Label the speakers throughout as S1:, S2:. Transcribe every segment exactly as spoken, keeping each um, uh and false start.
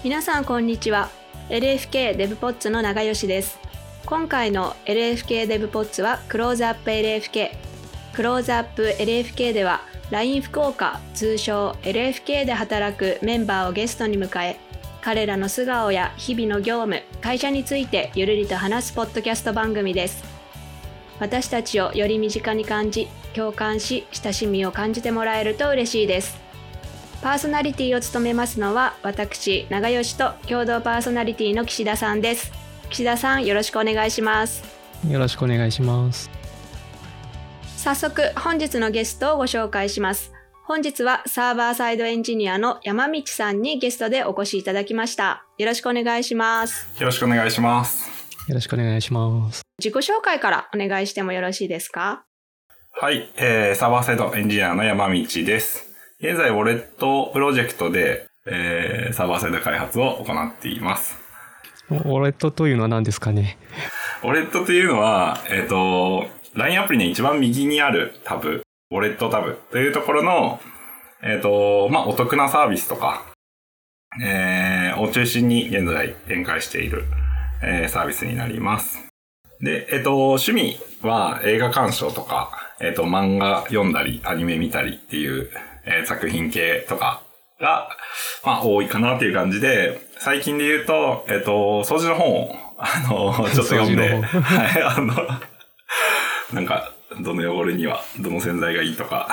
S1: 皆さんこんにちは。 エルエフケー デブポッツの長吉です。今回の エルエフケー デブポッツはクローズアップ エルエフケー。 クローズアップ エルエフケー では ライン 福岡通称 エルエフケー で働くメンバーをゲストに迎え、彼らの素顔や日々の業務、会社についてゆるりと話すポッドキャスト番組です。私たちをより身近に感じ、共感し、親しみを感じてもらえると嬉しいです。パーソナリティを務めますのは私長吉と共同パーソナリティの岸田さんです。岸田さん、よろしくお願いします。
S2: よろしくお願いします。
S1: 早速本日のゲストをご紹介します。本日はサーバーサイドエンジニアの山道さんにゲストでお越しいただきました。よろしくお願いします。
S3: よろしくお願いします。
S2: よろしくお願いします。
S1: 自己紹介からお願いしてもよろしいですか？
S3: はい、えー、サーバーサイドエンジニアの山道です。現在、ウォレットプロジェクトで、えー、サーバーサイド開発を行っています。
S2: ウォレットというのは何ですかね？
S3: ウォレットというのは、えっと、ライン アプリの一番右にあるタブ、ウォレットタブというところの、えっと、まあ、お得なサービスとか、えー、を中心に現在展開している、えー、サービスになります。で、えっと、趣味は映画鑑賞とか、えっと、漫画読んだり、アニメ見たりっていう、えー、作品系とかが、まあ、多いかなっていう感じで、最近で言うと、えっと、掃除の本を、あの、ちょっと読んで、はい、あの、なんか、どの汚れには、どの洗剤がいいとか、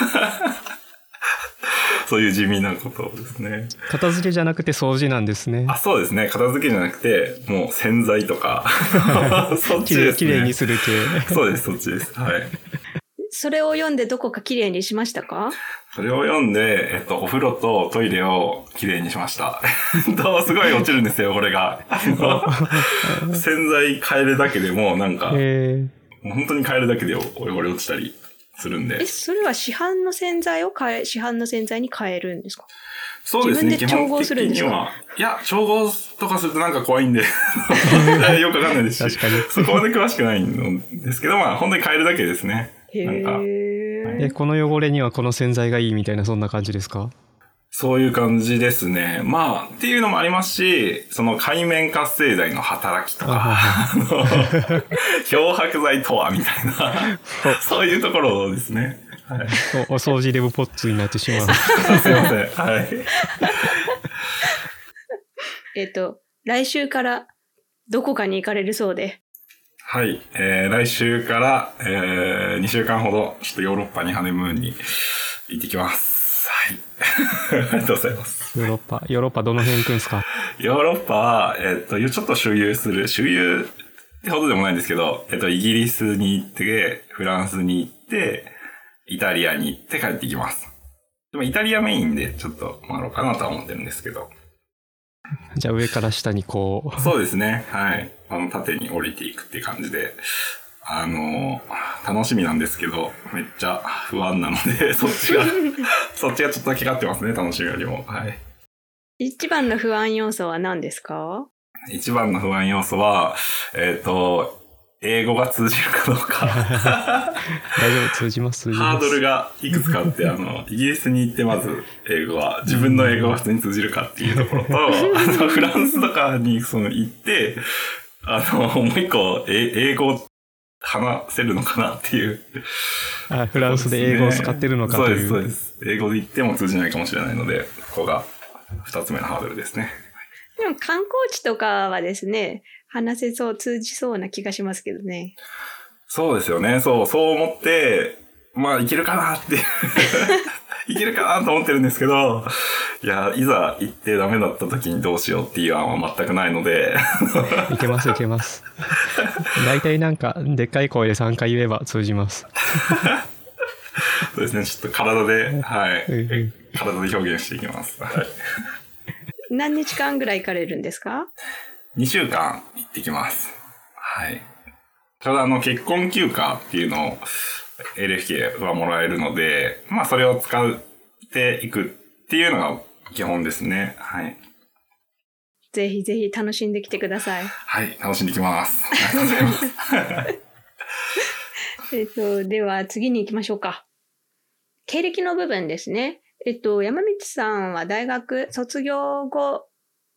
S3: そういう地味なことですね。
S2: 片付けじゃなくて掃除なんですね。
S3: あ、そうですね。片付けじゃなくて、もう洗剤とか、そっちですね。
S2: きれいにする系。
S3: そうです、そっちです。はい。
S1: それを読んでどこかきれいにしましたか？
S3: それを読んで、えっと、お風呂とトイレをきれいにしました。と、すごい落ちるんですよ、これが。洗剤変えるだけでも、なんか、もう本当に変えるだけで汚れ落ちたりするんで。
S1: え、それは市販の洗剤を変え、市販の洗剤に変えるんですか？
S3: そうですね。
S1: 自分で調合するんですか？
S3: 基本的には。いや、調合とかするとなんか怖いんで、よくわかんないですし、
S2: 確かに
S3: そこまで詳しくないんですけど、まあ、本当に変えるだけですね。
S1: へ
S3: なんか
S1: ー。
S2: え、この汚れにはこの洗剤がいいみたいな、そんな感じですか？
S3: そういう感じですね。まあ、っていうのもありますし、その海面活性剤の働きとか、あの漂白剤とはみたいな、そういうところですね。はい、
S2: お, お掃除デブポッツになってしまう。
S3: すいません。はい。
S1: えっと、来週からどこかに行かれるそうで。
S3: はい。えー、来週から、えー、にしゅうかんほど、ちょっとヨーロッパにハネムーンに行ってきます。はい。ありがとうございます。
S2: ヨーロッパ、ヨーロッパどの辺行くんですか？
S3: ヨーロッパは、えっと、ちょっと周遊する、周遊ってほどでもないんですけど、えっと、イギリスに行って、フランスに行って、イタリアに行って帰ってきます。でもイタリアメインでちょっと回ろうかなとは思ってるんですけど。
S2: じゃあ上から下にこう。
S3: そうですね。はい。あの、縦に降りていくっていう感じで、あの、楽しみなんですけど、めっちゃ不安なので、そっちが、そっちがちょっとだけ勝ってますね、楽しみよりも。はい。
S1: 一番の不安要素は何ですか？
S3: 一番の不安要素は、えっと、英語が通じるかどうか。
S2: 大丈夫、通じます、通じます。
S3: ハードルがいくつかあって、あの、イギリスに行ってまず英語は、自分の英語が普通に通じるかっていうところと、あの、フランスとかにその行って、あの、もう一個、え英語話せるのかなっていう。
S2: あ、フランスで英語を使ってるのかという。
S3: そうです、そうです。英語で言っても通じないかもしれないので、ここが二つ目のハードルですね。
S1: でも観光地とかはですね、話せそう、通じそうな気がしますけどね。
S3: そうですよね。そう、そう思って、まあ、いけるかなって。いけるかなと思ってるんですけど、いや、いざ行ってダメだった時にどうしようっていう案は全くないので。
S2: いけます、いけます。大体なんか、でっかい声でさんかい言えば通じます。
S3: そうですね、ちょっと体で、はい。体で表現していきます。はい。
S1: 何日間ぐらい行かれるんですか？
S3: にしゅうかん行ってきます。はい。ちょうどあの結婚休暇っていうのを エルエフケー はもらえるので、まあそれを使っていくっていうのが基本ですね。はい。
S1: ぜひぜひ楽しんできてください。
S3: はい、楽しんできます。ありがとうございます。
S1: えっと、では次に行きましょうか。経歴の部分ですね。えっと、山道さんは大学卒業後、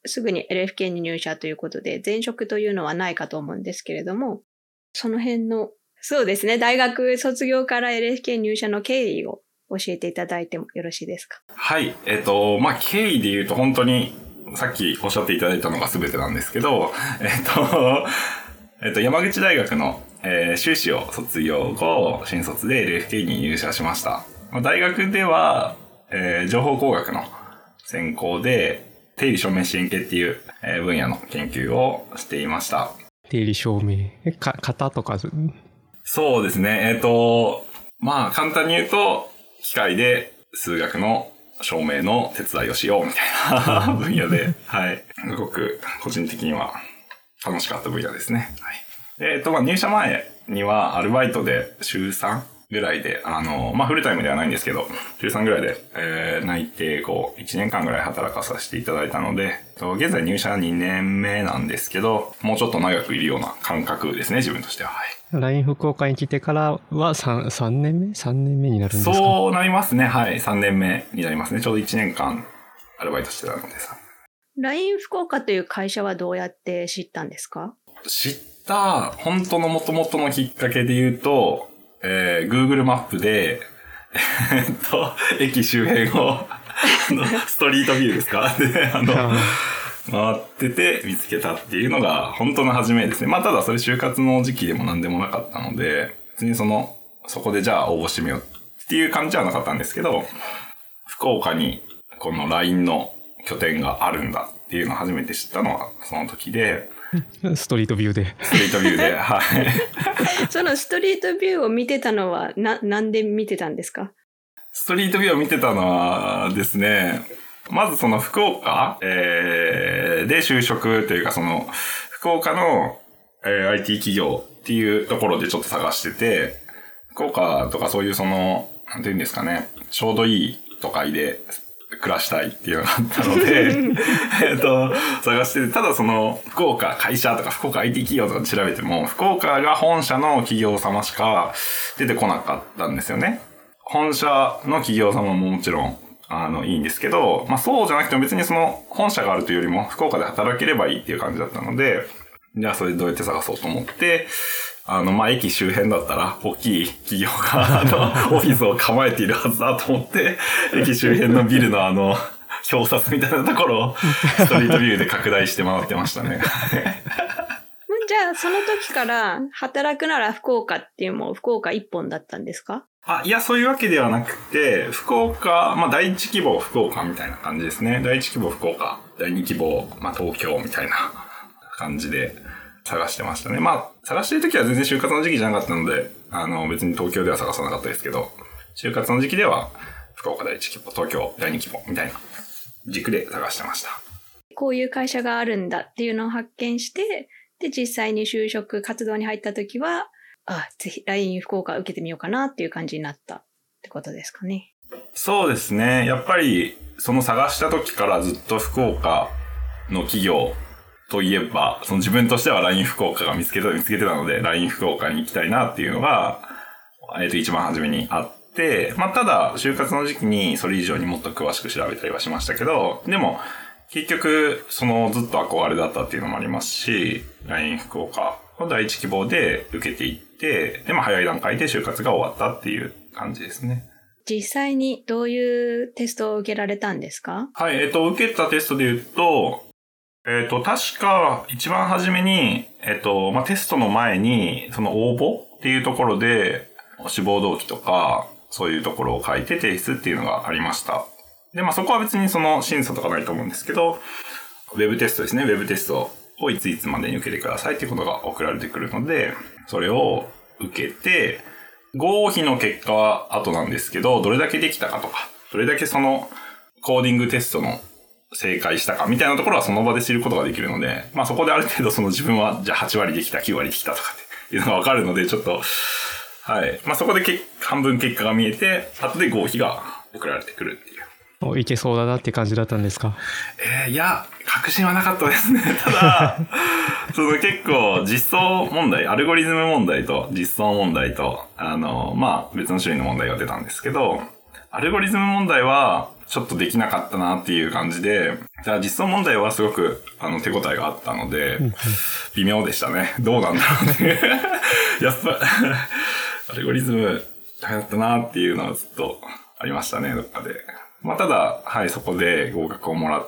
S1: すぐに エルエフケー に入社ということで、前職というのはないかと思うんですけれども、その辺の、そうですね、大学卒業から エルエフケー 入社の経緯を教えていただいてもよろしいですか？
S3: はい。えっと、まあ、経緯で言うと本当に、さっきおっしゃっていただいたのが全てなんですけど、えっと、えっと、山口大学の、えー、修士を卒業後、新卒で エルエフケー に入社しました。大学では、えー、情報工学の専攻で、定理証明支援系っていう、えー、分野の研究をしていました。
S2: 定理証明。え、か、型とか。
S3: そうですね。えっと、まあ、簡単に言うと、機械で数学の証明の手伝いをしようみたいな分野で、はい。すごく個人的には楽しかった分野ですね。はい。えっと、まあ、入社前にはアルバイトで週さんぐらいで、あの、まあ、フルタイムではないんですけど、週さんぐらいで、えー、内定後いちねんかんぐらい働かさせていただいたので、現在入社にねんめなんですけど、もうちょっと長くいるような感覚ですね、自分としては。はい。
S2: ライン 福岡に来てからは 3, 3年目 ?さん 年目になるんですか？
S3: そうなりますね。はい。さんねんめになりますね。ちょうどいちねんかんアルバイトしてたのでさ。
S1: ライン 福岡という会社はどうやって知ったんですか？
S3: 知った本当の元々のきっかけで言うと、えー、Google マップで、えっと、駅周辺をストリートビューですかで、あの、回ってて見つけたっていうのが本当の初めですね。まあただそれ就活の時期でも何でもなかったので、別にその、そこでじゃあ応募してみようっていう感じはなかったんですけど、福岡にこの ライン の拠点があるんだっていうのを初めて知ったのはその時で、
S2: ストリートビューで。
S3: ストリートビューで、はい。
S1: そのストリートビューを見てたのは、な、なんで見てたんですか？
S3: ストリートビューを見てたのはですね、まずその福岡、えー、で就職というかその、福岡の、えー、アイティー 企業っていうところでちょっと探してて、福岡とかそういうその、なんていうんですかね、ちょうどいい都会で暮らしたいっていうのがあったので、えっと、探してて、ただその、福岡会社とか福岡 アイティー 企業とかで調べても、福岡が本社の企業様しか出てこなかったんですよね。本社の企業様ももちろん、あの、いいんですけど、まあそうじゃなくても別にその、本社があるというよりも、福岡で働ければいいっていう感じだったので、じゃあそれでどうやって探そうと思って、あの、まあ、駅周辺だったら、大きい企業が、あの、オフィスを構えているはずだと思って、駅周辺のビルのあの、表札みたいなところを、ストリートビューで拡大して回ってましたね。
S1: じゃあ、その時から、働くなら福岡っていうもう福岡一本だったんですか？
S3: あ、いや、そういうわけではなくて、福岡、まあ、第一希望福岡みたいな感じですね。第一希望福岡、第二希望、まあ、東京みたいな感じで探してましたね。まあ、探してる時は全然就活の時期じゃなかったので、あの、別に東京では探さなかったですけど、就活の時期では、福岡第一希望、東京第二希望みたいな軸で探してました。
S1: こういう会社があるんだっていうのを発見して、で、実際に就職活動に入った時は、あ、ぜひ ライン 福岡受けてみようかなっていう感じになったってことですかね。
S3: そうですね。やっぱり、その探した時からずっと福岡の企業といえば、その自分としては ライン 福岡が見つけた、見つけてたので、ライン 福岡に行きたいなっていうのが、えっと、一番初めにあって、まあ、ただ、就活の時期にそれ以上にもっと詳しく調べたりはしましたけど、でも、結局、そのずっと憧れだったっていうのもありますし、ライン 福岡を第一希望で受けていって、でも早い段階で就活が終わったっていう感じですね。
S1: 実際にどういうテストを受けられたんですか？
S3: はい、えっと、受けたテストで言うと、えっと、確か一番初めに、えっと、まあ、テストの前に、その応募っていうところで、志望動機とか、そういうところを書いて提出っていうのがありました。で、まあ、そこは別にその審査とかないと思うんですけど、ウェブテストですね。ウェブテストをいついつまでに受けてくださいっていうことが送られてくるので、それを受けて、合否の結果は後なんですけど、どれだけできたかとか、どれだけそのコーディングテストの正解したかみたいなところはその場で知ることができるので、まあそこである程度その自分はじゃあはち割できた、きゅう割できたとかっていうのがわかるので、ちょっと、はい。まあそこでけ半分結果が見えて、後で合否が送られてくるっていう。
S2: お、いけそうだなって感じだったんですか？
S3: えー、いや、確信はなかったですね。ただ、その結構実装問題、アルゴリズム問題と実装問題と、あの、まあ別の種類の問題が出たんですけど、 アルゴリズム問題はちょっとできなかったなっていう感じで、じゃあ実装問題はすごくあの手応えがあったので、微妙でしたね。どうなんだろうね。やっぱ、アルゴリズム大変だったなっていうのはずっとありましたね、どっかで。まあただ、はい、そこで合格をもらって、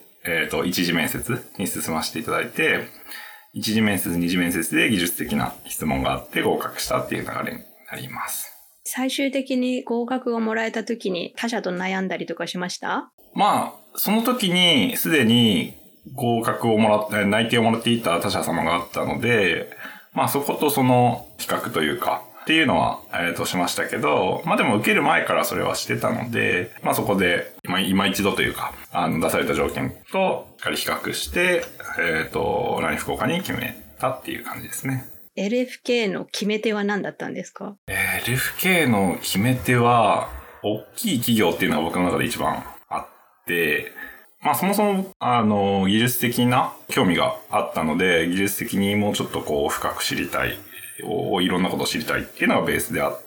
S3: えっと、一次面接に進ませていただいて、一次面接、二次面接で技術的な質問があって合格したっていう流れになります。
S1: 最終的に合格をもらえた時に他社と悩んだりとかしました？
S3: まあ、その時にすでに合格をもらって、内定をもらっていた他社様があったので、まあそことその比較というか、っていうのは、えっと、しましたけど、まあでも受ける前からそれはしてたので、まあそこで、今、今一度というか、あの、出された条件としっかり比較して、えっと、ライン福岡に決めたっていう感じですね。
S1: エルエフケー の決め手は何だったんですか？
S3: エルエフケー の決め手は、大きい企業っていうのが僕の中で一番あって、まあそもそも、あの、技術的な興味があったので、技術的にもうちょっとこう深く知りたい、いろんなことを知りたいっていうのがベースであって、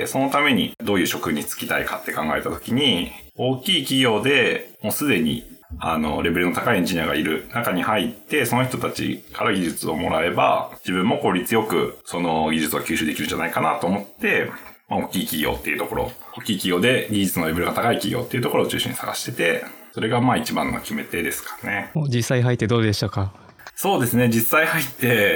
S3: そのためにどういう職に就きたいかって考えたときに、大きい企業でもうすでにあの、レベルの高いエンジニアがいる中に入って、その人たちから技術をもらえば、自分も効率よくその技術を吸収できるんじゃないかなと思って、まあ、大きい企業っていうところ、大きい企業で技術のレベルが高い企業っていうところを中心に探してて、それがまあ一番の決め手ですかね。
S2: 実際入ってどうでしたか？
S3: そうですね、実際入って、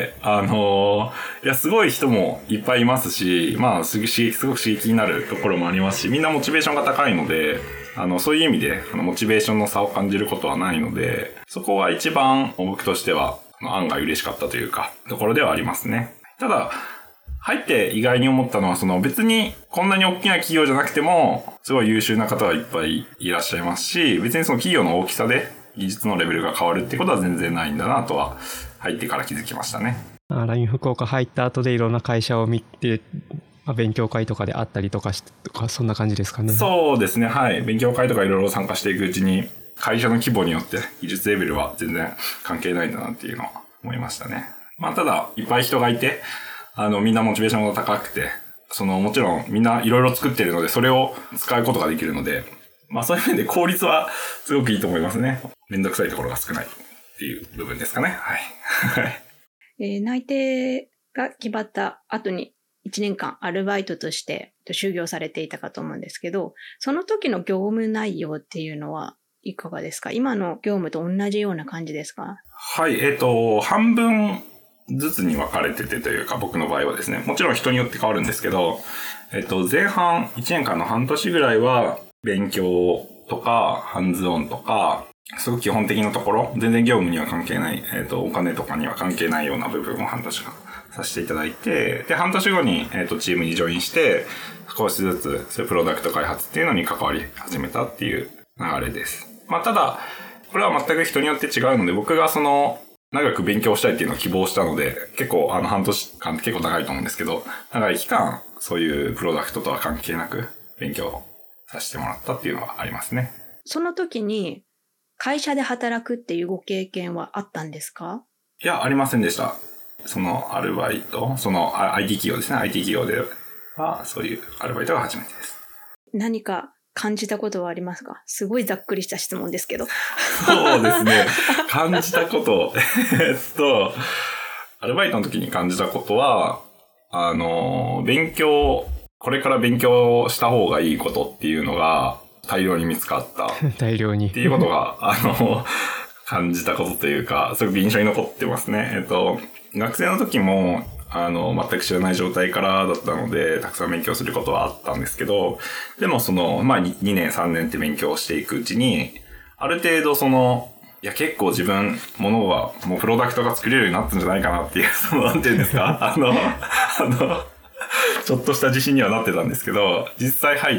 S3: あのー、いや、すごい人もいっぱいいますし、まあ、すごく刺激になるところもありますし、みんなモチベーションが高いので、あの、そういう意味で、あの、モチベーションの差を感じることはないので、そこは一番僕としては、案外嬉しかったというか、ところではありますね。ただ、入って意外に思ったのは、その別にこんなに大きな企業じゃなくても、すごい優秀な方がいっぱいいらっしゃいますし、別にその企業の大きさで技術のレベルが変わるってことは全然ないんだなとは、入ってから気づきましたね。
S2: ライン 福岡入った後でいろんな会社を見て、勉強会とかであったりとかしとか、そんな感じですかね。
S3: そうですね、はい。勉強会とかいろいろ参加していくうちに、会社の規模によって技術レベルは全然関係ないんだなっていうのは思いましたね。まあただ、いっぱい人がいて、あの、みんなモチベーションが高くて、その、もちろんみんないろいろ作っているので、それを使うことができるので、まあそういう面で効率はすごくいいと思いますね。めんどくさいところが少ないっていう部分ですかね。はい。
S1: えー、内定が決まった後にいちねんかんアルバイトとして就業されていたかと思うんですけど、その時の業務内容っていうのはいかがですか？今の業務と同じような感じですか？
S3: はい、えっと、半分ずつに分かれててというか、僕の場合はですね、もちろん人によって変わるんですけど、えっと、前半いちねんかんの半年ぐらいは勉強とか、ハンズオンとか、すごく基本的なところ、全然業務には関係ない、えっと、お金とかには関係ないような部分を半年間させていただいて、で、半年後に、えっと、チームにジョインして、少しずつ、そういうプロダクト開発っていうのに関わり始めたっていう流れです。まあ、ただ、これは全く人によって違うので、僕がその、長く勉強したいっていうのを希望したので、結構、あの、半年間って結構長いと思うんですけど、長い期間、そういうプロダクトとは関係なく、勉強させてもらったっていうのはありますね。
S1: その時に、会社で働くっていうご経験はあったんですか？
S3: いや、ありませんでした。そのアルバイト、その アイティー 企業ですね。アイティー 企業では、そういうアルバイトが初めてです。
S1: 何か感じたことはありますか？すごいざっくりした質問ですけど。
S3: そうですね。感じたこと、えっと、アルバイトの時に感じたことは、あの、勉強、これから勉強した方がいいことっていうのが大量に見つかった。
S2: 大量に。
S3: っていうことが、あの、感じたことというか、すごく印象に残ってますね。えっと、学生の時も、あの、全く知らない状態からだったので、たくさん勉強することはあったんですけど、でもその、まあにねんさんねんって勉強していくうちに、ある程度その、いや結構自分、ものはもうプロダクトが作れるようになったんじゃないかなっていう、その、なんていうんですかあの、あの、ちょっとした自信にはなってたんですけど、実際入って、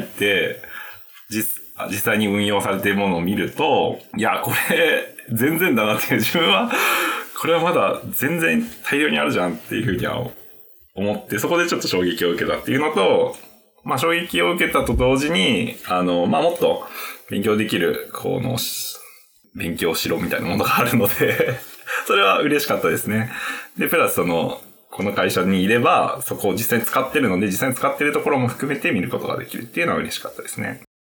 S3: 実、実際に運用されているものを見ると、いや、これ、全然だなっていう、自分は、これはまだ全然大量にあるじゃんっていうふうには思って、そこでちょっと衝撃を受けたっていうのと、まあ衝撃を受けたと同時に、あの、まあもっと勉強できる、この、勉強しろみたいなものがあるので、それは嬉しかったですね。で、プラスその、この会社にいれば、そこを実際に使ってるので、実際に使ってるところも含めて見ることができるっていうのは嬉しかったですね。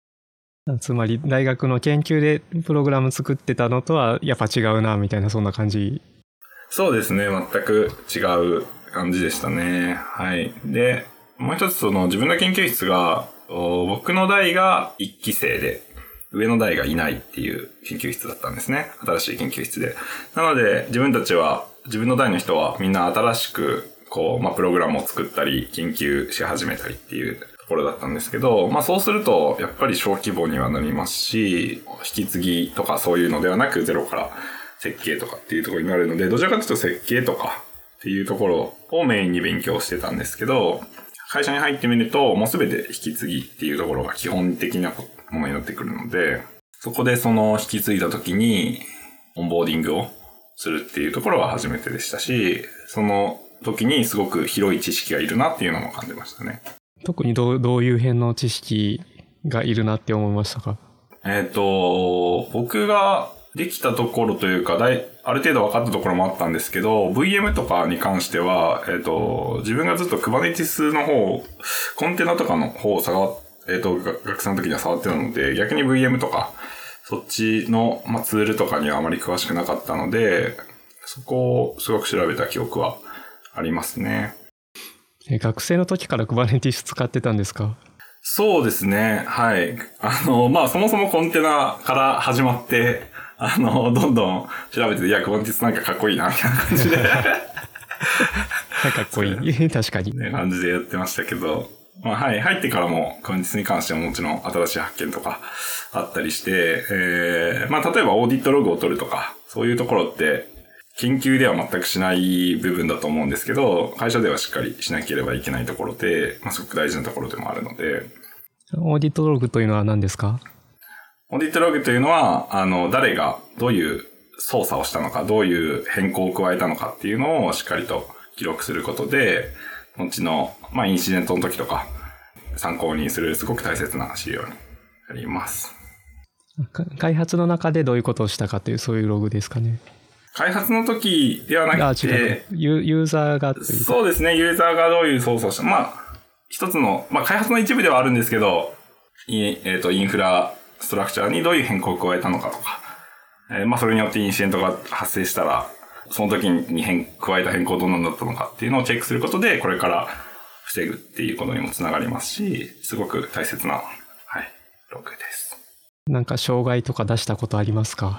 S2: つまり大学の研究でプログラム作ってたのとはやっぱ違うなみたいな、そんな感じ。
S3: そうですね。全く違う感じでしたね。はい。で、もう一つその自分の研究室が、僕の代がいっき生で、上の代がいないっていう研究室だったんですね。新しい研究室で。なので、自分たちは、自分の代の人はみんな新しく、こう、まあ、プログラムを作ったり、研究し始めたりっていうところだったんですけど、まあ、そうすると、やっぱり小規模にはなりますし、引き継ぎとかそういうのではなく、ゼロから設計とかっていうところになるので、どちらかというと設計とかっていうところをメインに勉強してたんですけど、会社に入ってみると、もうすべて引き継ぎっていうところが基本的なものになってくるので、そこでその引き継いだ時に、オンボーディングをするっていうところは初めてでしたし、その時にすごく広い知識がいるなっていうのも感じましたね。
S2: 特にどう、どういう辺の知識がいるなって思いましたか？
S3: えっと、僕ができたところというか、だいある程度分かったところもあったんですけど、ブイエム とかに関しては、えっと、自分がずっと Kubernetes の方、コンテナとかの方を触っ、えっと、学生の時には触ってたので、逆に ブイエム とか、そっちの、まあ、ツールとかにはあまり詳しくなかったので、そこをすごく調べた記憶はありますね。
S2: え、学生の時から Kubernetes 使ってたんですか？
S3: そうですね。はい。あの、まあ、そもそもコンテナから始まって、あの、どんどん調べて、いや、Kubernetesなんかかっこいいな、みたいな感じで。か
S2: っこいい。確かに。
S3: ね、感じでやってましたけど、まあ、はい。入ってからも Kubernetesに関してはもちろん新しい発見とかあったりして、えー、まあ、例えばオーディットログを取るとか、そういうところって、研究では全くしない部分だと思うんですけど、会社ではしっかりしなければいけないところで、まあ、すごく大事なところでもあるので。
S2: オーディットログというのは何ですか？
S3: オーディットログというのは、あの、誰がどういう操作をしたのか、どういう変更を加えたのかっていうのをしっかりと記録することで、後の、まあ、インシデントの時とか、参考にするすごく大切な資料になります。
S2: 開発の中でどういうことをしたかという、そういうログですかね。
S3: 開発の時ではなくて、
S2: ユーザーがという。
S3: そうですね、ユーザーがどういう操作をした。まあ、一つの、まあ、開発の一部ではあるんですけど、えっと、インフラ、ストラクチャーにどういう変更を加えたのかとか、えー、まあそれによってインシデントが発生したら、その時に変加えた変更どんなだったのかっていうのをチェックすることで、これから防ぐっていうことにもつながりますし、すごく大切な、はい、ログです。
S2: なんか障害とか出したことありますか？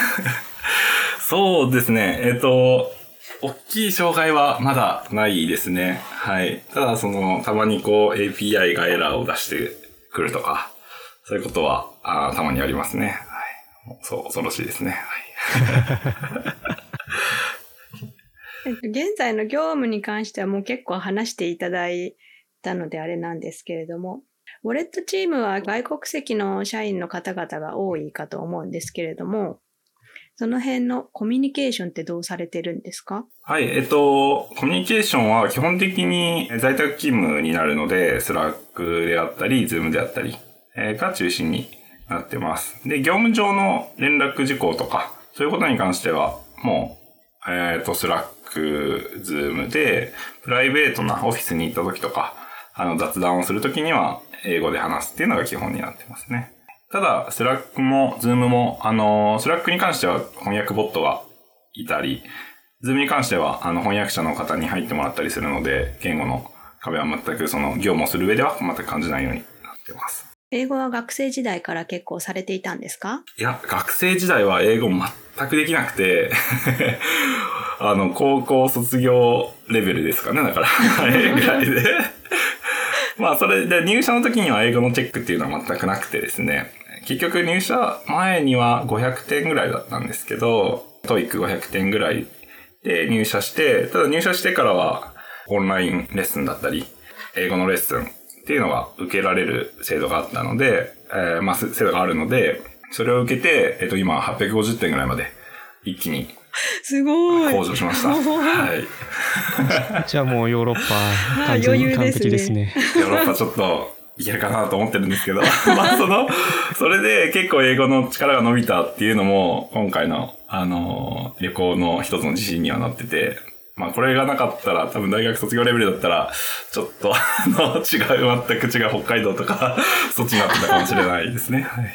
S3: そうですね。えっと、大きい障害はまだないですね。はい。ただその、たまにこう エーピーアイ がエラーを出してくるとか、そういうことはあたまにありますね。はい。そう、恐ろしいですね。はい。
S1: 現在の業務に関してはもう結構話していただいたのであれなんですけれども、ウォレットチームは外国籍の社員の方々が多いかと思うんですけれども、その辺のコミュニケーションってどうされてるんですか？
S3: はい、えっと、コミュニケーションは基本的に在宅勤務になるので、スラックであったり、ズームであったり、が中心になってます。で、業務上の連絡事項とか、そういうことに関しては、もう、えっと、スラック、ズームで、プライベートなオフィスに行った時とか、あの、雑談をする時には、英語で話すっていうのが基本になってますね。ただ、スラックも、ズームも、あの、スラックに関しては翻訳ボットがいたり、ズームに関しては、あの、翻訳者の方に入ってもらったりするので、言語の壁は全く、その、業務をする上では全く感じないようになってます。
S1: 英語は学生時代から結構されていたんですか？
S3: いや、学生時代は英語全くできなくて、あの、高校卒業レベルですかね、だから、ぐらいで。まあ、それで入社の時には英語のチェックっていうのは全くなくてですね、結局入社前にはごひゃくてんぐらいだったんですけど、トーイックごひゃくてんぐらいで入社して、ただ入社してからはオンラインレッスンだったり、英語のレッスンっていうのが受けられる制度があったので、えー、まあ制度があるので、それを受けて、えっと今はっぴゃくごじゅってんぐらいまで一気に
S1: すごい
S3: 向上しました。はい。
S2: じゃあもうヨーロッパ完全に完璧ですね。
S3: ヨーロッパちょっといけるかなと思ってるんですけど、まあその、それで結構英語の力が伸びたっていうのも今回のあの旅行の一つの自信にはなってて、 まあこれがなかったら多分大学卒業レベルだったらちょっとあの違う全く違う北海道とかそっちになってたかもしれないですね。はい。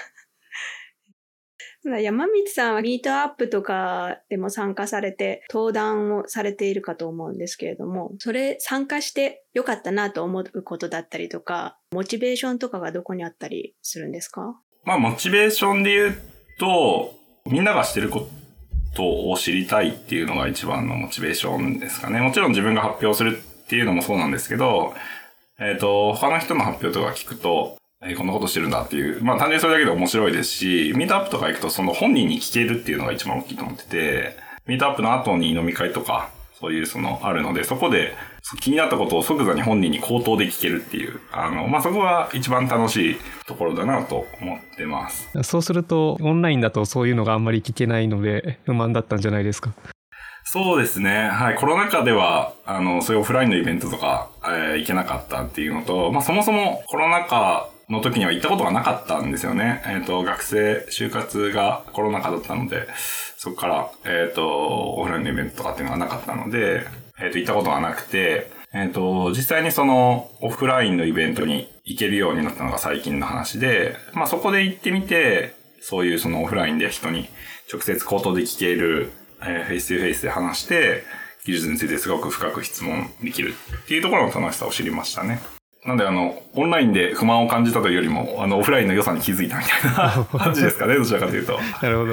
S1: 山光さんはミートアップとかでも参加されて登壇をされているかと思うんですけれども、それ参加してよかったなと思うことだったりとか、モチベーションとかがどこにあったりするんですか？
S3: まあモチベーションで言うと、みんながしてることを知りたいっていうのが一番のモチベーションですかね。もちろん自分が発表するっていうのもそうなんですけど、えっと、他の人の発表とか聞くと、えー、こんなことしてるんだっていう、まあ単純にそれだけで面白いですし、ミートアップとか行くとその本人に聞けるっていうのが一番大きいと思ってて、ミートアップの後に飲み会とか、そういうそのあるので、そこで気になったことを即座に本人に口頭で聞けるっていう、あの、まあそこが一番楽しいところだなと思ってます。
S2: そうすると、オンラインだとそういうのがあんまり聞けないので、不満だったんじゃないですか？
S3: そうですね。はい。コロナ禍では、あの、そういうオフラインのイベントとか、えー、行けなかったっていうのと、まあそもそもコロナ禍の時には行ったことがなかったんですよね。えっと、学生、就活がコロナ禍だったので、そこから、えっと、オフラインのイベントとかっていうのがなかったので、えっと、行ったことがなくて、えっと、実際にその、オフラインのイベントに行けるようになったのが最近の話で、まあそこで行ってみて、そういうそのオフラインで人に直接口頭で聞ける、えー、フェイストゥフェイスで話して、技術についてすごく深く質問できるっていうところの楽しさを知りましたね。なんであの、オンラインで不満を感じたというよりも、あの、オフラインの良さに気づいたみたいな感じですかね、どちらかというと。
S2: なるほど。はい。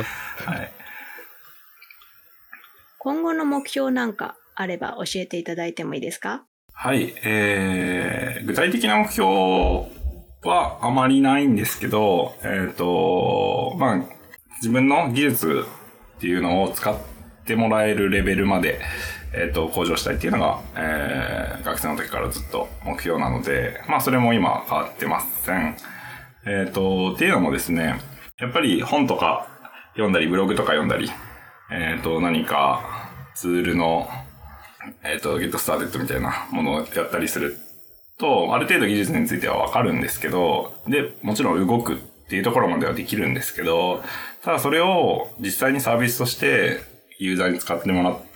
S1: 今後の目標なんかあれば教えていただいてもいいですか？
S3: はい、えー、具体的な目標はあまりないんですけど、えっと、まあ、自分の技術っていうのを使ってもらえるレベルまで、えっと、向上したいっていうのが、えー、学生の時からずっと目標なので、まあ、それも今変わってません。えっと、っていうのもですね、やっぱり本とか読んだり、ブログとか読んだり、えっと、何かツールの、えっと、Get Started みたいなものをやったりすると、ある程度技術についてはわかるんですけど、で、もちろん動くっていうところまではできるんですけど、ただそれを実際にサービスとしてユーザーに使ってもらって、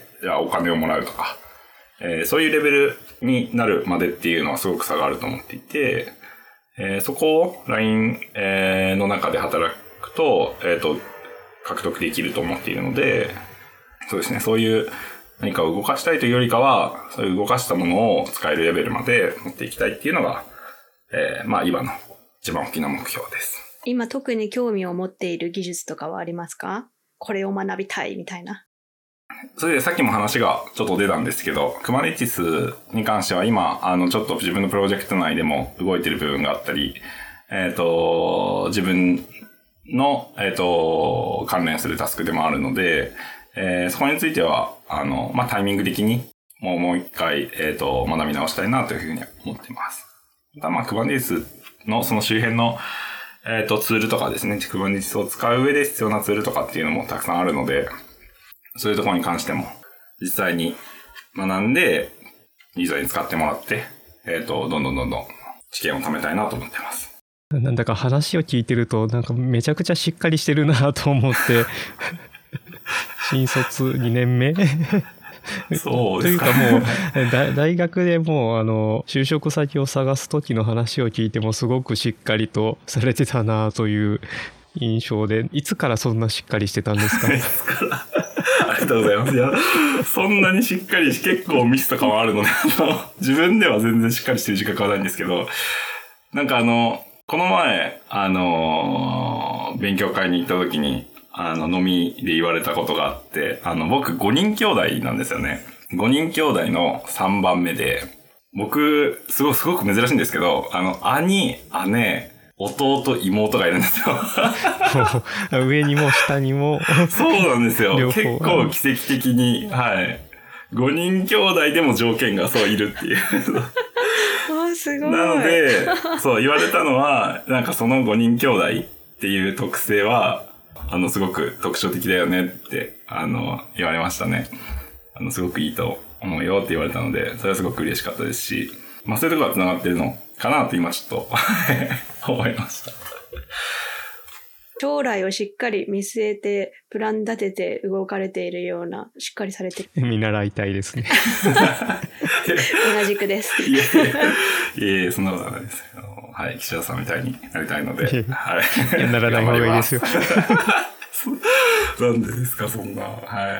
S3: じゃあお金をもらうとか、えー、そういうレベルになるまでっていうのはすごく差があると思っていて、えー、そこを ライン、えー、の中で働くと、えっと、獲得できると思っているので、そうですね、そういう何かを動かしたいというよりかは、そういう動かしたものを使えるレベルまで持っていきたいっていうのが、えー、まあ今の一番大きな目標です。
S1: 今特に興味を持っている技術とかはありますか？これを学びたいみたいな。
S3: それでさっきも話がちょっと出たんですけど、Kubernetesに関しては今、あのちょっと自分のプロジェクト内でも動いてる部分があったり、えっと、自分の、えっと、関連するタスクでもあるので、えー、そこについては、あの、まあ、タイミング的にもうもう一回、えっと、学び直したいなというふうに思っています。また、まあ、Kubernetesのその周辺の、えっと、ツールとかですね、Kubernetesを使う上で必要なツールとかっていうのもたくさんあるので、そういうところに関しても実際に学んで、ユーザーに使ってもらって、えっと、どんどんどんどん知見を貯めたいなと思ってます。
S2: なんだか話を聞いてると、なんかめちゃくちゃしっかりしてるなと思って、新卒にねんめ
S3: そうですか。
S2: というかもう、大学でもう、あの、就職先を探す時の話を聞いてもすごくしっかりとされてたなという印象で、いつからそんなしっかりしてたんですか？
S3: ありがとうございます。いや、そんなにしっかりし、結構ミスとかもあるので、あの、自分では全然しっかりしてる自覚はないんですけど、なんかあの、この前、あの、勉強会に行った時に、あの、飲みで言われたことがあって、あの、僕ごにん兄弟なんですよね。ごにん兄弟のさんばんめで、僕、すごく、すごく珍しいんですけど、あの、兄、姉、弟、妹がいるんですよ。
S2: 上にも下にも。
S3: そうなんですよ。結構奇跡的に、はい。ごにん兄弟でも条件がそういるっていう。
S1: あ、すごい。
S3: なので、そう言われたのは、なんかそのごにん兄弟っていう特性は、あの、すごく特徴的だよねって、あの、言われましたね。あの、すごくいいと思うよって言われたので、それはすごく嬉しかったですし、まあそういうところが繋がってるのかなと今ちょっと思いました。
S1: 将来をしっかり見据えてプラン立てて動かれているような、しっかりされてる。
S2: 見習いたいですね。
S1: 同じくです。
S3: いえいえいえ、そんなことはないですよ。はい、岸田さんみたいになりたいので、はい。
S2: いやならない方がいいですよ。
S3: なんでですか、そんな。はい。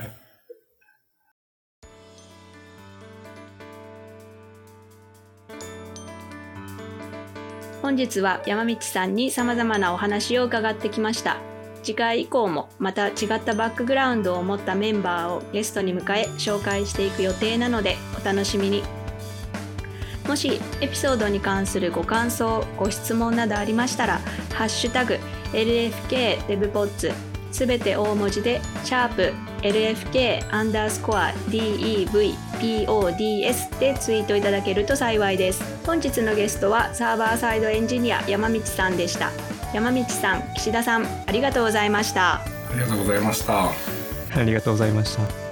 S1: 本日は山道さんに様々なお話を伺ってきました。次回以降もまた違ったバックグラウンドを持ったメンバーをゲストに迎え紹介していく予定なのでお楽しみに。もしエピソードに関するご感想、ご質問などありましたら、ハッシュタグ エルエフケー デブポッツ、すべて大文字でシャープ エルエフケー アンダースコア ディーイーブイピーオーディーエス でツイートいただけると幸いです。本日のゲストはサーバーサイドエンジニア山道さんでした。山道さん、岸田さん、ありがとうございました。
S3: ありがとうございました。
S2: ありがとうございました。